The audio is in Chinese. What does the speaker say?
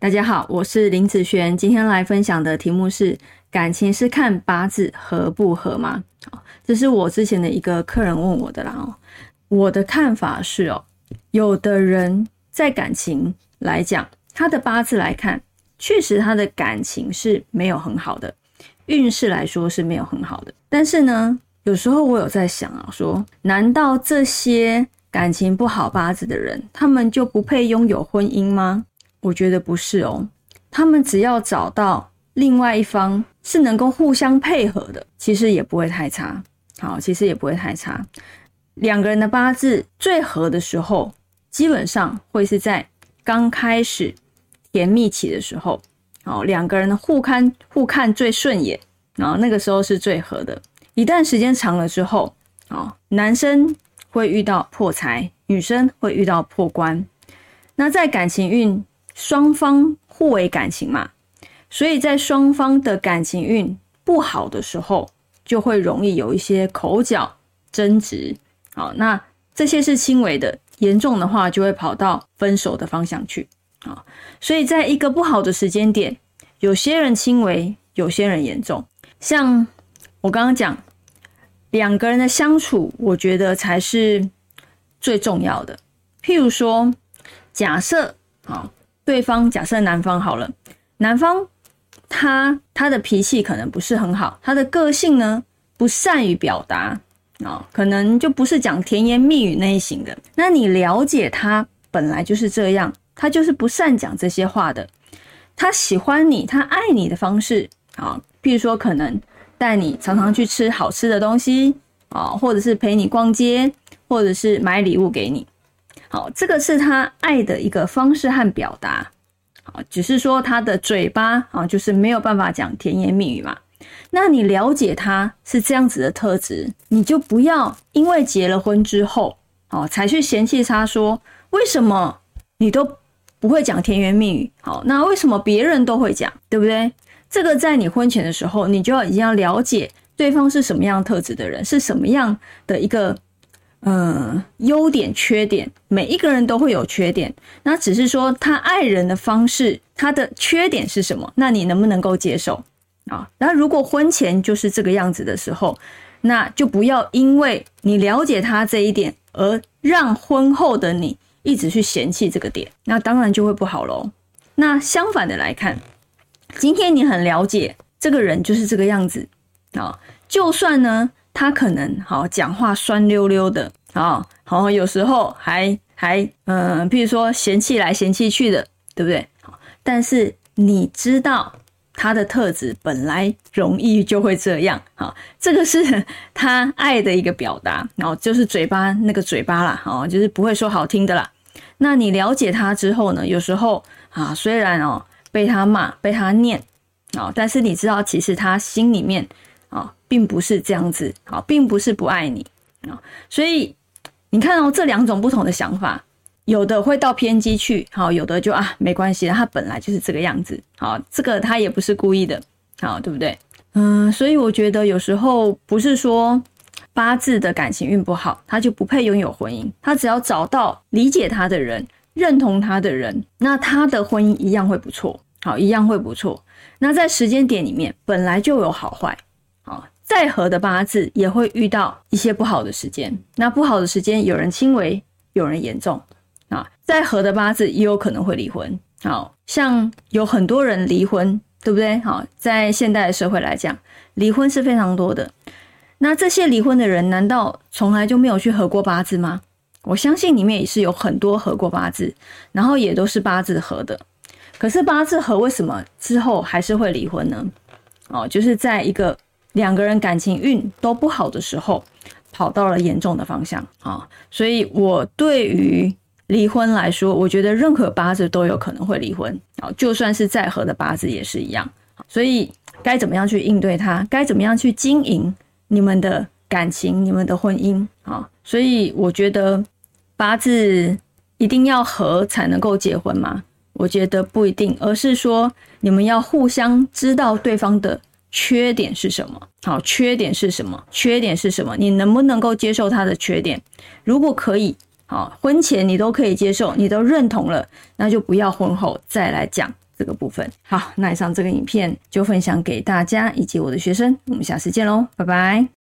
大家好，我是林子璇，今天来分享的题目是感情是看八字合不合吗？这是我之前的一个客人问我的啦。我的看法是有的人在感情来讲，他的八字来看，确实他的感情是没有很好的，运势来说是没有很好的。但是呢，有时候我有在想说难道这些感情不好八字的人，他们就不配拥有婚姻吗？我觉得不是他们只要找到另外一方是能够互相配合的，其实也不会太差。其实也不会太差。两个人的八字最合的时候，基本上会是在刚开始甜蜜期的时候，两个人互看最顺眼，那个时候是最合的。一旦时间长了之后，男生会遇到破财，女生会遇到破官。那在感情运，双方互为感情嘛，所以在双方的感情运不好的时候，就会容易有一些口角争执。那这些是轻微的，严重的话就会跑到分手的方向去。所以在一个不好的时间点，有些人轻微，有些人严重。像我刚刚讲，两个人的相处，我觉得才是最重要的。譬如说，假设对方，假设男方好了，男方他的脾气可能不是很好，他的个性呢不善于表达，可能就不是讲甜言蜜语那一型的。那你了解他本来就是这样，他就是不善讲这些话的。他喜欢你，他爱你的方式，譬如说可能带你常常去吃好吃的东西，或者是陪你逛街，或者是买礼物给你。这个是他爱的一个方式和表达。只是说他的嘴巴就是没有办法讲甜言蜜语嘛。那你了解他是这样子的特质，你就不要因为结了婚之后才去嫌弃他说为什么你都不会讲甜言蜜语，那为什么别人都会讲，对不对？这个在你婚前的时候，你就已经要了解对方是什么样特质的人，是什么样的一个优点缺点，每一个人都会有缺点，那只是说他爱人的方式，他的缺点是什么，那你能不能够接受然后如果婚前就是这个样子的时候，那就不要因为你了解他这一点而让婚后的你一直去嫌弃这个点，那当然就会不好咯。那相反的来看，今天你很了解这个人就是这个样子就算呢他可能讲话酸溜溜的有时候还譬如说嫌弃来嫌弃去的，对不对？但是你知道他的特质本来容易就会这样，这个是他爱的一个表达，就是嘴巴那个嘴巴啦，就是不会说好听的啦。那你了解他之后呢，有时候虽然被他骂被他念但是你知道其实他心里面并不是这样子，并不是不爱你所以你看这两种不同的想法，有的会到偏激去，有的就没关系，他本来就是这个样子，这个他也不是故意的，对不对？所以我觉得有时候不是说八字的感情运不好，他就不配拥有婚姻，他只要找到理解他的人，认同他的人，那他的婚姻一样会不错，一样会不错。那在时间点里面本来就有好坏，再合的八字也会遇到一些不好的时间，那不好的时间有人轻微，有人严重再合的八字也有可能会离婚，像有很多人离婚，对不对？在现代的社会来讲，离婚是非常多的。那这些离婚的人难道从来就没有去合过八字吗？我相信里面也是有很多合过八字，然后也都是八字合的。可是八字合为什么之后还是会离婚呢？就是在一个两个人感情运都不好的时候，跑到了严重的方向所以我对于离婚来说，我觉得任何八字都有可能会离婚就算是再合的八字也是一样。所以该怎么样去应对它，该怎么样去经营你们的感情，你们的婚姻所以我觉得八字一定要合才能够结婚吗？我觉得不一定，而是说你们要互相知道对方的缺点是什么，缺点是什么，缺点是什么，你能不能够接受他的缺点？如果可以婚前你都可以接受，你都认同了，那就不要婚后再来讲这个部分。好，那以上这个影片就分享给大家以及我的学生，我们下次见咯，拜拜。